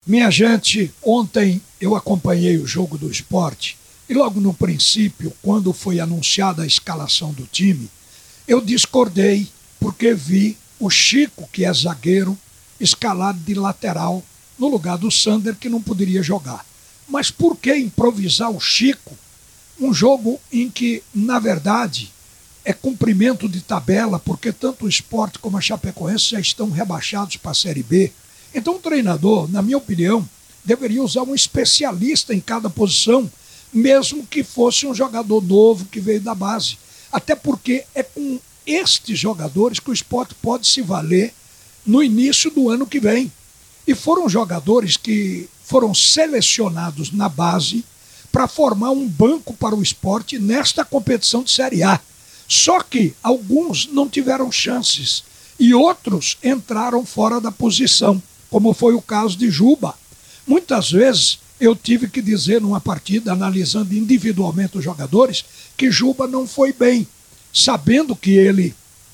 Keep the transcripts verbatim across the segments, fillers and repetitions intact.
Minha gente, ontem eu acompanhei o jogo do Sport e logo no princípio, quando foi anunciada a escalação do time, eu discordei porque vi o Chico, que é zagueiro, escalado de lateral no lugar do Sander, que não poderia jogar. Mas por que improvisar o Chico? Um jogo em que, na verdade, é cumprimento de tabela, porque tanto o Sport como a Chapecoense já estão rebaixados para a Série B. Então o treinador, na minha opinião, deveria usar um especialista em cada posição, mesmo que fosse um jogador novo que veio da base. Até porque é com estes jogadores que o Sport pode se valer no início do ano que vem. E foram jogadores que foram selecionados na base para formar um banco para o Sport nesta competição de Série A. Só que alguns não tiveram chances e outros entraram fora da posição, como foi o caso de Juba. Muitas vezes eu tive que dizer numa partida, analisando individualmente os jogadores, que Juba não foi bem, sabendo que ele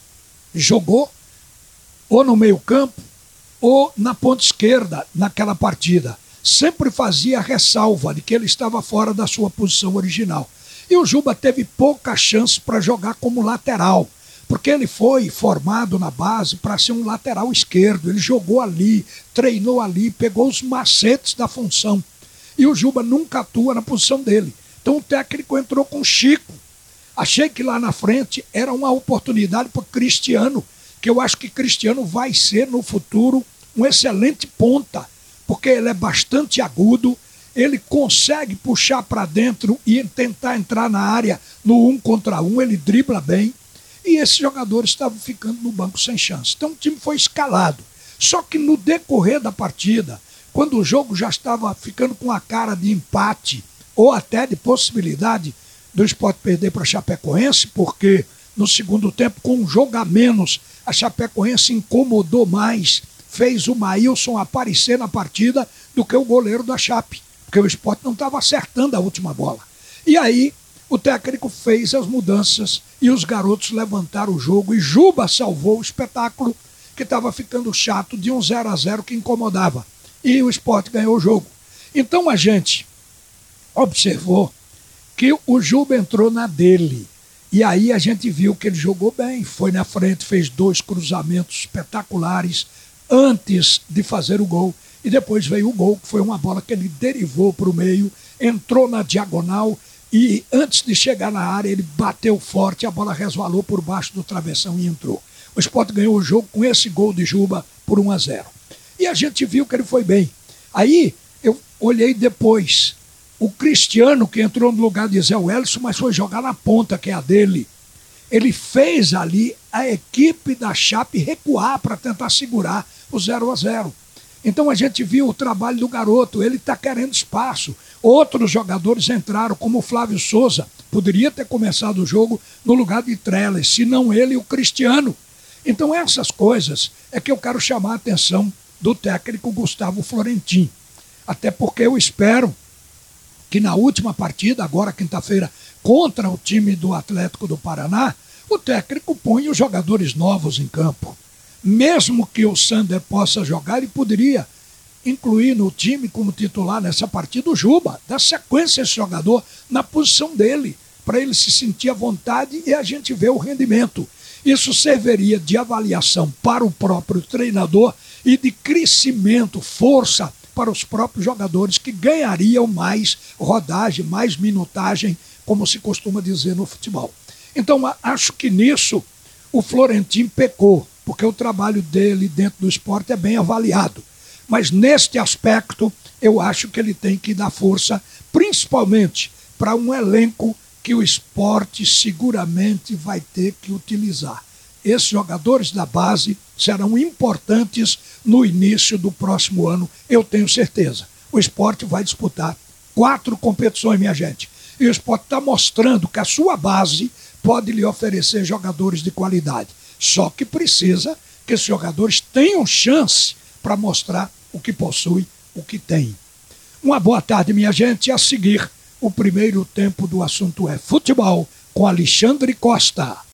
jogou ou no meio-campo ou na ponta esquerda naquela partida. Sempre fazia ressalva de que ele estava fora da sua posição original. E o Juba teve pouca chance para jogar como lateral, porque ele foi formado na base para ser um lateral esquerdo. Ele jogou ali, treinou ali, pegou os macetes da função. E o Juba nunca atua na posição dele. Então o técnico entrou com o Chico. Achei que lá na frente era uma oportunidade para o Cristiano, que eu acho que Cristiano vai ser no futuro um excelente ponta, porque ele é bastante agudo, ele consegue puxar para dentro e tentar entrar na área no um contra um, ele dribla bem. E esses jogadores estavam ficando no banco sem chance. Então o time foi escalado. Só que no decorrer da partida, quando o jogo já estava ficando com a cara de empate, ou até de possibilidade do Sport perder para a Chapecoense, porque no segundo tempo, com um jogo a menos, a Chapecoense incomodou mais, fez o Maílson aparecer na partida do que o goleiro da Chape, porque o Sport não estava acertando a última bola. E aí o técnico fez as mudanças e os garotos levantaram o jogo e Juba salvou o espetáculo, que estava ficando chato, de um zero a zero que incomodava. E o Sport ganhou o jogo. Então a gente observou que o Juba entrou na dele. E aí a gente viu que ele jogou bem, foi na frente, fez dois cruzamentos espetaculares antes de fazer o gol. E depois veio o gol, que foi uma bola que ele derivou para o meio, entrou na diagonal e antes de chegar na área ele bateu forte, a bola resvalou por baixo do travessão e entrou. O Sport ganhou o jogo com esse gol de Juba por um a zero. E a gente viu que ele foi bem. Aí eu olhei depois, o Cristiano, que entrou no lugar de Zé Wellison, mas foi jogar na ponta, que é a dele. Ele fez ali a equipe da Chape recuar para tentar segurar o zero a zero. Então a gente viu o trabalho do garoto, ele está querendo espaço. Outros jogadores entraram, como o Flávio Souza, poderia ter começado o jogo no lugar de Trellis, se não ele e o Cristiano. Então essas coisas é que eu quero chamar a atenção do técnico Gustavo Florentin. Até porque eu espero que na última partida, agora quinta-feira, contra o time do Atlético do Paraná, o técnico põe os jogadores novos em campo. Mesmo que o Sander possa jogar, ele poderia incluir no time como titular nessa partida o Juba, dar sequência a esse jogador na posição dele, para ele se sentir à vontade e a gente ver o rendimento. Isso serviria de avaliação para o próprio treinador e de crescimento, força para os próprios jogadores que ganhariam mais rodagem, mais minutagem, como se costuma dizer no futebol. Então, acho que nisso o Florentin pecou, porque o trabalho dele dentro do Sport é bem avaliado. Mas neste aspecto, eu acho que ele tem que dar força, principalmente para um elenco que o Sport seguramente vai ter que utilizar. Esses jogadores da base serão importantes no início do próximo ano, eu tenho certeza. O Sport vai disputar quatro competições, minha gente. E o Sport está mostrando que a sua base pode lhe oferecer jogadores de qualidade. Só que precisa que esses jogadores tenham chance para mostrar o que possui, o que tem. Uma boa tarde, minha gente. A seguir, o primeiro tempo do assunto é futebol com Alexandre Costa.